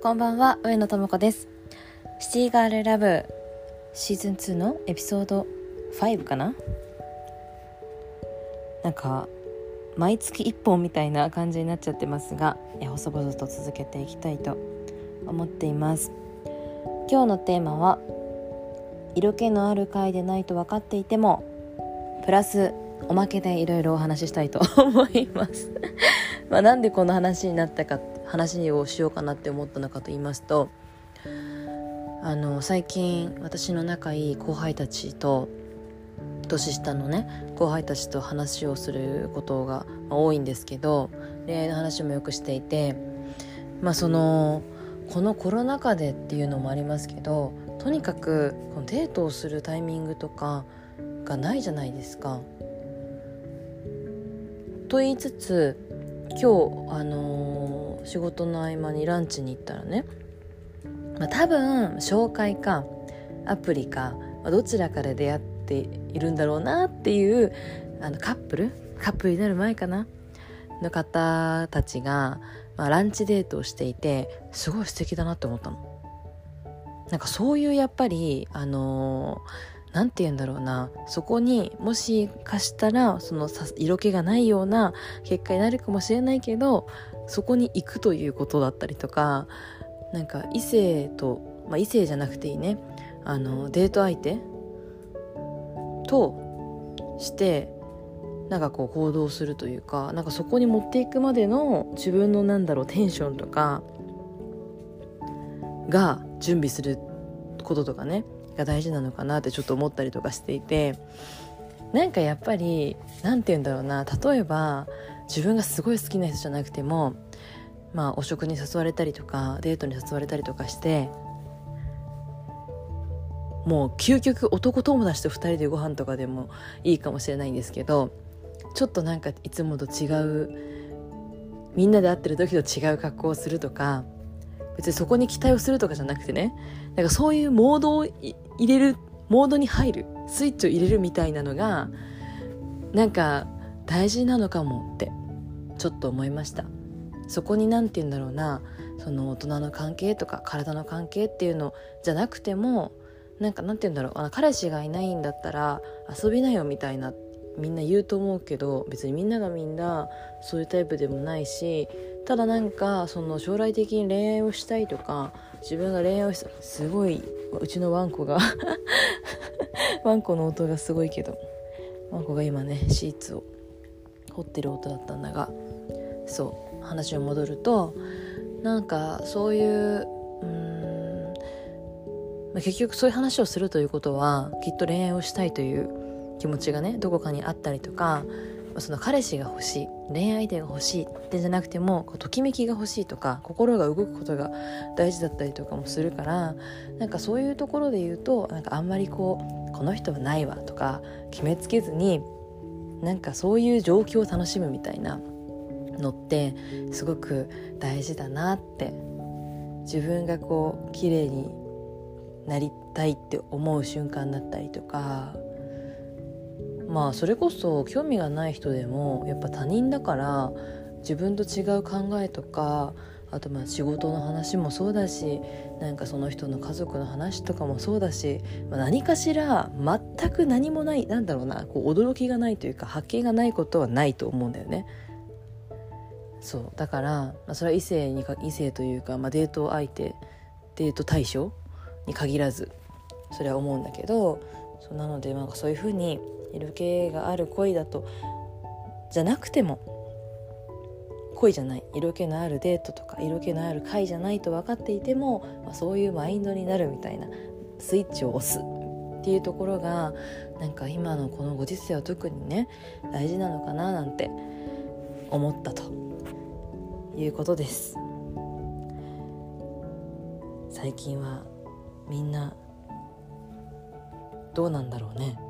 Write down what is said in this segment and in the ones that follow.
こんばんは、上野智子です。シティガールラブシーズン2のエピソード5かな。なんか毎月1本みたいな感じになっちゃってますが、細々と続けていきたいと思っています。今日のテーマは、色気のある回でないと分かっていてもプラスおまけでいろいろお話ししたいと思いますなんでこの話をしようかなって思ったのかと言いますと、最近私の仲いい後輩たちと、年下のね後輩たちと話をすることが多いんですけど、恋愛の話もよくしていて、このコロナ禍でっていうのもありますけど、とにかくこのデートをするタイミングとかがないじゃないですか。と言いつつ、今日、仕事の合間にランチに行ったらね、多分紹介かアプリか、どちらかで出会っているんだろうなっていうカップルになる前かなの方たちが、ランチデートをしていて、すごい素敵だなって思ったの。なんかそういうやっぱりなんて言うんだろうな、そこにもしかしたらその色気がないような結果になるかもしれないけど、そこに行くということだったりとか、なんか異性と、異性じゃなくていいね、デート相手としてなんかこう行動するというか、なんかそこに持っていくまでの自分のテンションとかが準備することとかねが大事なのかなってちょっと思ったりとかしていて、なんかやっぱりなんて言うんだろうな、例えば自分がすごい好きな人じゃなくても、お食に誘われたりとかデートに誘われたりとかして、もう究極男友達と2人でご飯とかでもいいかもしれないんですけど、ちょっとなんかいつもと違う、みんなで会ってる時と違う格好をするとか、別にそこに期待をするとかじゃなくてね、なんかそういうモードを入れる、モードに入る、スイッチを入れるみたいなのがなんか大事なのかもってちょっと思いました。そこになんて言うんだろうな、その大人の関係とか体の関係っていうのじゃなくても、なんて言うんだろう、彼氏がいないんだったら遊びなよみたいなみんな言うと思うけど、別にみんながみんなそういうタイプでもないし、ただなんかその将来的に恋愛をしたいとか、自分が恋愛をすごい、うちのワンコがワンコの音がすごいけど、ワンコが今ねシーツを掘ってる音だったんだが、そう話を戻ると、なんかそういう結局そういう話をするということは、きっと恋愛をしたいという気持ちがねどこかにあったりとか、その彼氏が欲しい、恋愛相手が欲しいってじゃなくても、ときめきが欲しいとか、心が動くことが大事だったりとかもするから、なんかそういうところで言うと、なんかあんまりこの人はないわとか決めつけずに、なんかそういう状況を楽しむみたいなのってすごく大事だなって、自分が綺麗になりたいって思う瞬間だったりとか、それこそ興味がない人でもやっぱ他人だから、自分と違う考えとか、あと仕事の話もそうだし、なんかその人の家族の話とかもそうだし、何かしら全く何もない、驚きがないというか発見がないことはないと思うんだよね。そうだから、それは異性というか、デート相手、デート対象に限らずそれは思うんだけど、なのでそういう風に色気がある恋だとじゃなくても、恋じゃない、色気のあるデートとか色気のある会じゃないと分かっていても、そういうマインドになるみたいなスイッチを押すっていうところが、なんか今のこのご時世は特にね大事なのかななんて思ったということです。最近はみんなどうなんだろうね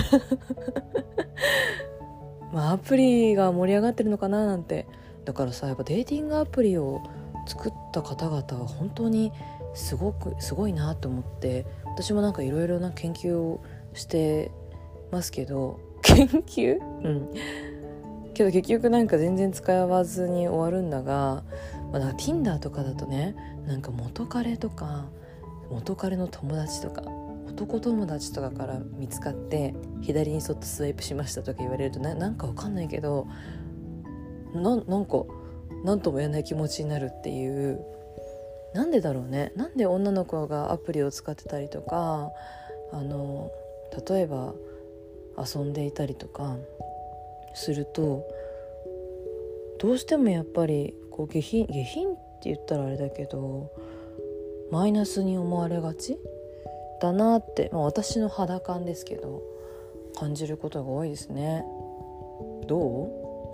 アプリが盛り上がってるのかななんて。だからさ、やっぱデーティングアプリを作った方々は本当にすごいなと思って、私もいろいろな研究をしてますけど、研究？けど結局全然使わずに終わるんだが、 なんか Tinder とかだとね、なんか元彼とか元彼の友達とか男友達とかから見つかって左に沿ってスワイプしましたとか言われるとなんかわかんないけどなんかなんとも言えない気持ちになるっていう。なんでだろうね。なんで女の子がアプリを使ってたりとか例えば遊んでいたりとかするとどうしてもやっぱりこう下品って言ったらあれだけどマイナスに思われがちだなって、私の肌感ですけど感じることが多いですね。ど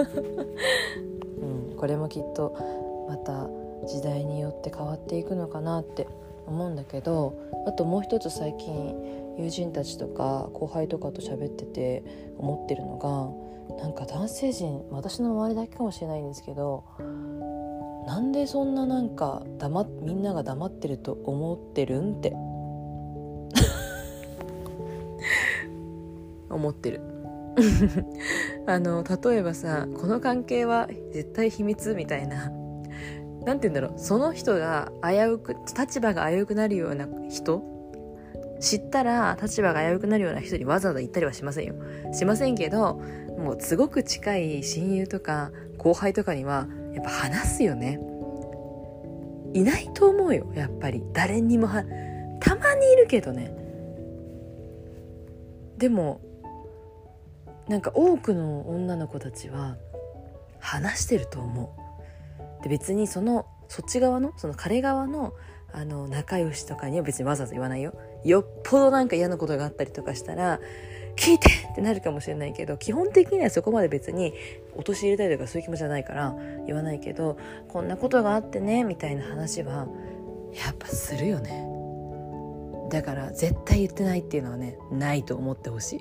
う、これもきっとまた時代によって変わっていくのかなって思うんだけど、あともう一つ最近友人たちとか後輩とかと喋ってて思ってるのが、なんか男性陣、私の周りだけかもしれないんですけど、なんでそんななんかみんなが黙ってると思ってるんって思ってる例えばさ、この関係は絶対秘密みたいな、なんて言うんだろう、その人が立場が危うくなるような人、知ったら立場が危うくなるような人にわざわざ言ったりはしませんよ。しませんけど、もうすごく近い親友とか後輩とかにはやっぱ話すよね。いないと思うよ、やっぱり誰にもたまにいるけどね。でもなんか多くの女の子たちは話してると思う。で別にそっち側のその彼側の仲良しとかには別にわざわざ言わないよ。よっぽどなんか嫌なことがあったりとかしたら聞いてってなるかもしれないけど、基本的にはそこまで別に陥れたりとかそういう気持ちじゃないから言わないけど、こんなことがあってねみたいな話はやっぱするよね。だから絶対言ってないっていうのはね、ないと思ってほしい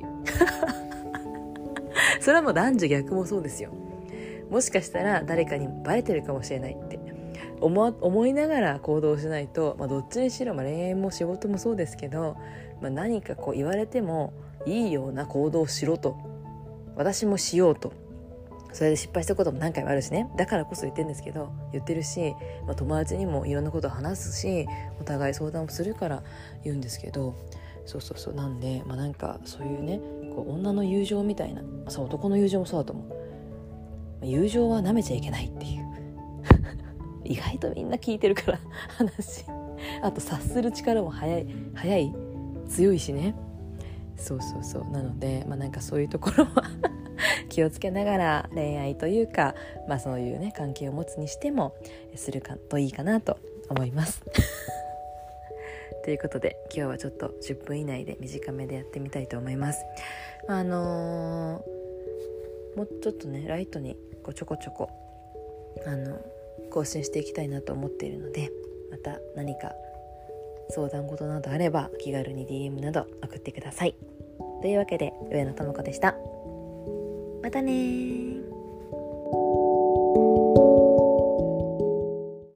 それはもう男女逆もそうですよ。もしかしたら誰かにバレてるかもしれないって思いながら行動しないと、どっちにしろ、恋愛も仕事もそうですけど、何かこう言われてもいいような行動をしろと、私もしようと、それで失敗したことも何回もあるしね、だからこそ言ってるし、友達にもいろんなことを話すし、お互い相談をするから言うんですけど、そうなんで、なんかそういうね、こう女の友情みたいな、男の友情もそうだと思う。友情は舐めちゃいけないっていう意外とみんな聞いてるから話、あと察する力も早い強いしね。そうなので、なんかそういうところは気をつけながら恋愛というか、そういうね関係を持つにしてもするといいかなと思いますということで今日はちょっと10分以内で短めでやってみたいと思います。もうちょっとねライトにちょこちょこ更新していきたいなと思っているので、また何か相談事などあれば気軽に DM など送ってください。というわけで上野智子でした。またね。